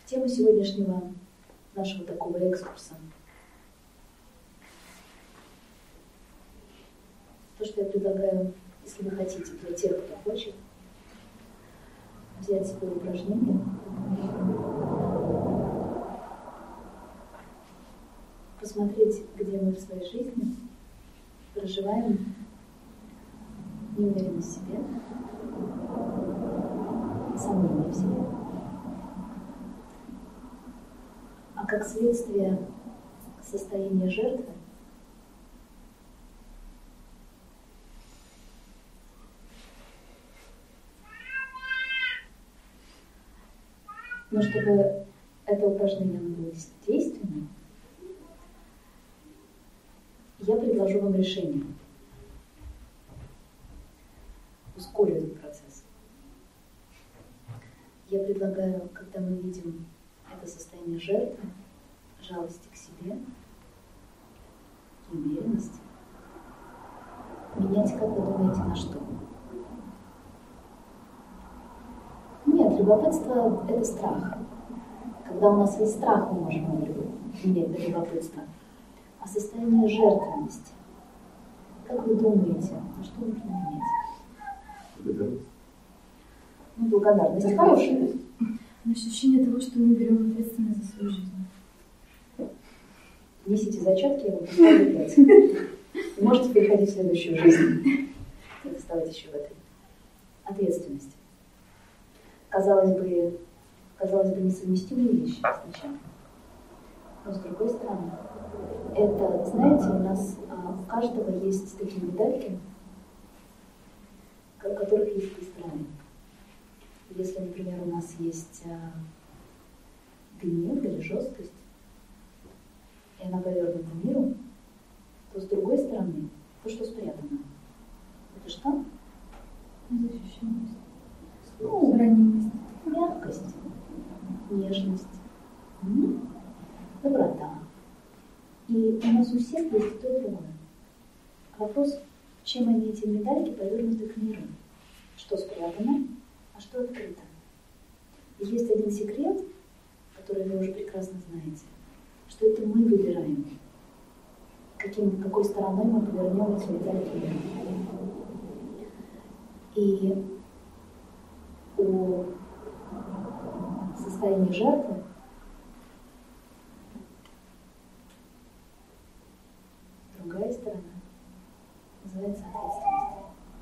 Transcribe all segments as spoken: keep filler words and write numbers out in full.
Тема сегодняшнего нашего такого экскурса. То, что я предлагаю, если вы хотите, для тех, кто хочет, взять себе упражнение, посмотреть, где мы в своей жизни проживаем неуверенность в себе, сомнения в себе. А как следствие состояния жертвы но чтобы это упражнение было действенным, я предложу вам решение. Ускорю этот процесс. Я предлагаю, когда мы видим это состояние жертвы, жалости к себе, неуверенности, менять, как вы думаете, на что? Нет, любопытство – это страх. Когда у нас есть страх, мы можем менять на любопытство. А состояние жертвенности, как вы думаете, на что нужно менять? Благодарность. Ну, благодарность хорошая. Ощущение того, что мы берем ответственность за свою жизнь. Несите зачетки, я вам поставлю пять. Вы можете переходить в следующую жизнь. И оставать еще в этой ответственности. Казалось бы, казалось бы, несовместимые вещи сначала. Но с другой стороны, это, знаете, у нас а, у каждого есть такие медальки, у которых есть три стороны. Если, например, у нас есть а, гнев или жесткость, и она повернута миру, то с другой стороны, то, что спрятано. Это что? Защищенность. Ну, ранимость, мягкость, нежность, доброта. И у нас у всех есть и то, и другое. Вопрос, чем они, эти медальки, повернуты к миру? Что спрятано, а что открыто? И есть один секрет, который вы уже прекрасно знаете, что это мы выбираем, каким, какой стороной мы повернем эти медальки миру. И у состояния жертвы другая сторона называется ответственность.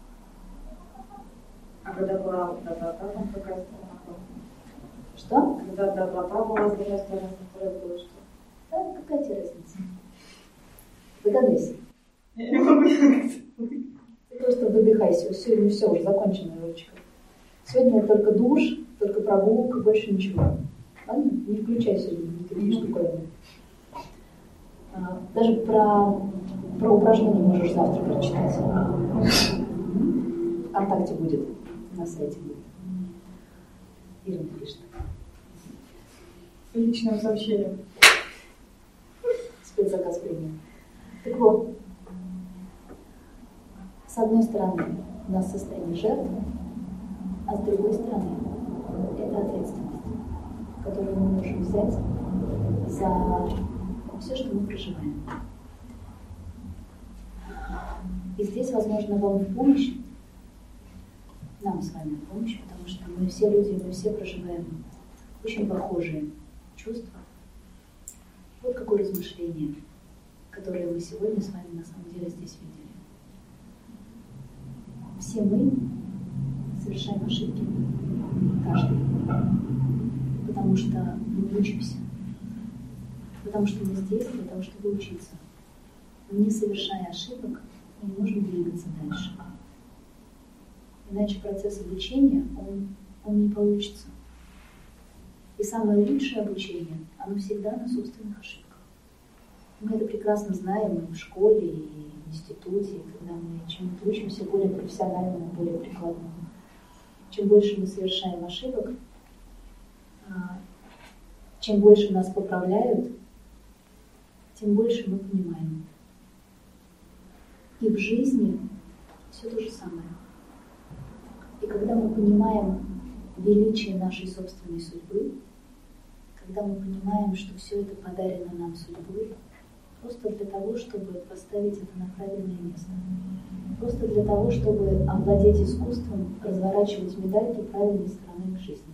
А когда была доброта, там какая сторона была? Что? Когда доброта была, с другой стороны, вторая была что? Да, какая тебе разница? Догадайся. Я не могу Ты просто выдыхайся. Сегодня все, уже закончено, Ручка. Сегодня только душ, только прогулка, больше ничего. Ладно? Не включай сегодня никакие штуковины. А, даже про, про упражнения можешь завтра прочитать. ВКонтакте будет, на сайте будет. Ирина пишет. личным сообщением. Спецзаказ принят. Так вот, с одной стороны у нас состояние жертвы, а с другой стороны это ответственность, которую мы можем взять за все, что мы проживаем. И здесь, возможно, вам в помощь, нам с вами в помощь, потому что мы все люди, мы все проживаем очень похожие чувства. Вот какое размышление, которое мы сегодня с вами на самом деле здесь видели. Все мы совершаем ошибки, каждый, потому что мы учимся, потому что мы здесь для того, чтобы учиться. Но не совершая ошибок, мы не можем двигаться дальше. Иначе процесс обучения, он, он не получится. И самое лучшее обучение, оно всегда на собственных ошибках. Мы это прекрасно знаем и в школе, и в институте, когда мы чему-то учимся более профессиональному, более прикладному. Чем больше мы совершаем ошибок, чем больше нас поправляют, тем больше мы понимаем. И в жизни все то же самое. И когда мы понимаем величие нашей собственной судьбы, когда мы понимаем, что все это подарено нам судьбой, просто для того, чтобы поставить это на правильное место. Просто для того, чтобы овладеть искусством разворачивать медальки правильной стороны к жизни.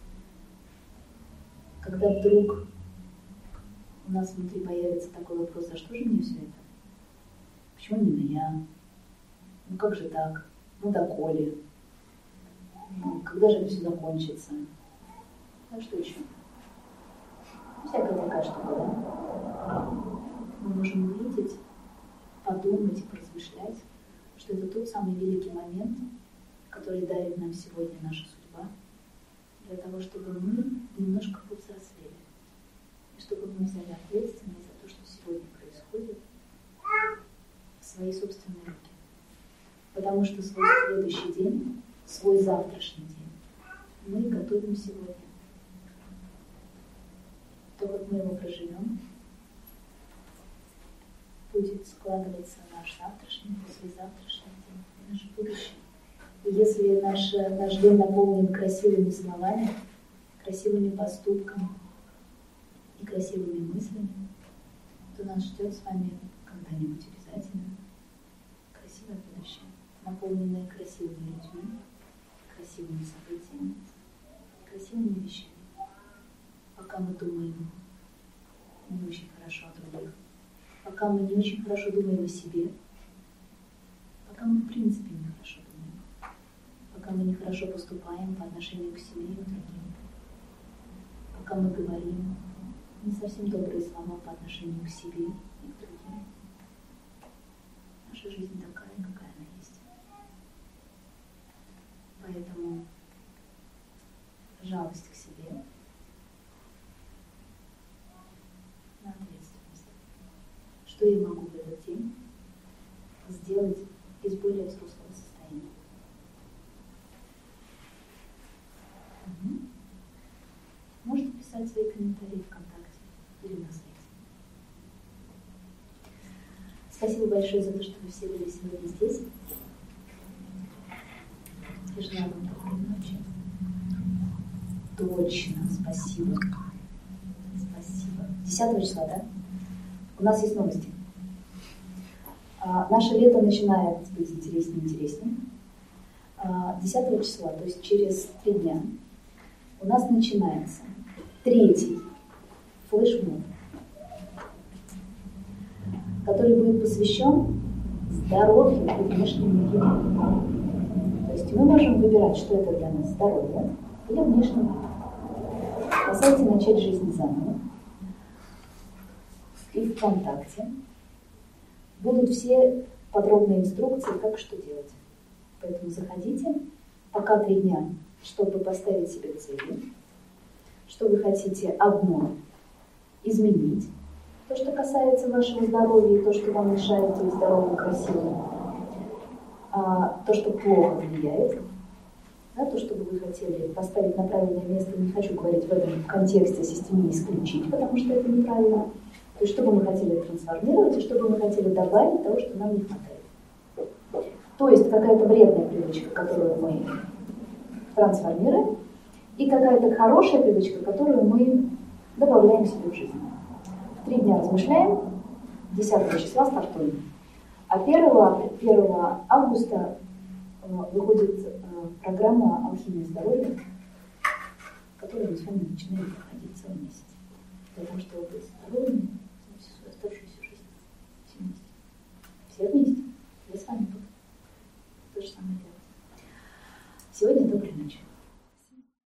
Когда вдруг у нас внутри появится такой вопрос: а что же мне все это? Почему именно я? Ну как же так? Ну доколе? Ну, когда же это все закончится? А что еще? Всякая такая штука, да? Мы можем увидеть, подумать и поразмышлять, что это тот самый великий момент, который дарит нам сегодня наша судьба, для того, чтобы мы немножко повзрослели, и чтобы мы взяли ответственность за то, что сегодня происходит, в свои собственные руки. Потому что свой следующий день, свой завтрашний день мы готовим сегодня. То, как мы его проживем, будет складываться наш завтрашний, послезавтрашний день, наше будущее. И если наш, наш день наполнен красивыми словами, красивыми поступками и красивыми мыслями, то нас ждет с вами когда-нибудь обязательно красивое будущее, наполненное красивыми людьми, красивыми событиями, красивыми вещами. Пока мы думаем не очень хорошо о других, пока мы не очень хорошо думаем о себе, пока мы в принципе не хорошо думаем, пока мы нехорошо поступаем по отношению к себе и к другим, пока мы говорим не совсем добрые слова по отношению к себе и к другим, наша жизнь такая, какая она есть. Поэтому жалость к себе на ответственность. Что я могу в этот день сделать из более взрослого состояния? Угу. Можете писать свои комментарии ВКонтакте или на сайте. Спасибо большое за то, что вы все были сегодня здесь. Я желаю вам доброй ночи. Точно, спасибо. Спасибо. десятого числа, да? У нас есть новости. А, наше лето начинает быть интереснее и интереснее. А, десятого числа, то есть через три дня, у нас начинается третий флешмоб, который будет посвящен здоровью и внешнему виду. То есть мы можем выбирать, что это для нас: здоровье или внешний вид. На сайте «Начать жизнь заново» и ВКонтакте будут все подробные инструкции, как что делать. Поэтому заходите, пока три дня, чтобы поставить себе цели, что вы хотите одно изменить, то, что касается вашего здоровья, и то, что вам мешает быть здоровым, красивым, а то, что плохо влияет, да, то, что бы вы хотели поставить на правильное место, не хочу говорить в этом контексте системе исключить, потому что это неправильно. То есть, что бы мы хотели трансформировать, и что бы мы хотели добавить того, что нам не хватает. То есть, какая-то вредная привычка, которую мы трансформируем, и какая-то хорошая привычка, которую мы добавляем себе в жизнь. Три дня размышляем, десятого числа стартуем. А первого августа выходит программа «Алхимия здоровья», которую мы с вами начинаем проходить целый месяц. Для того, чтобы быть здоровыми,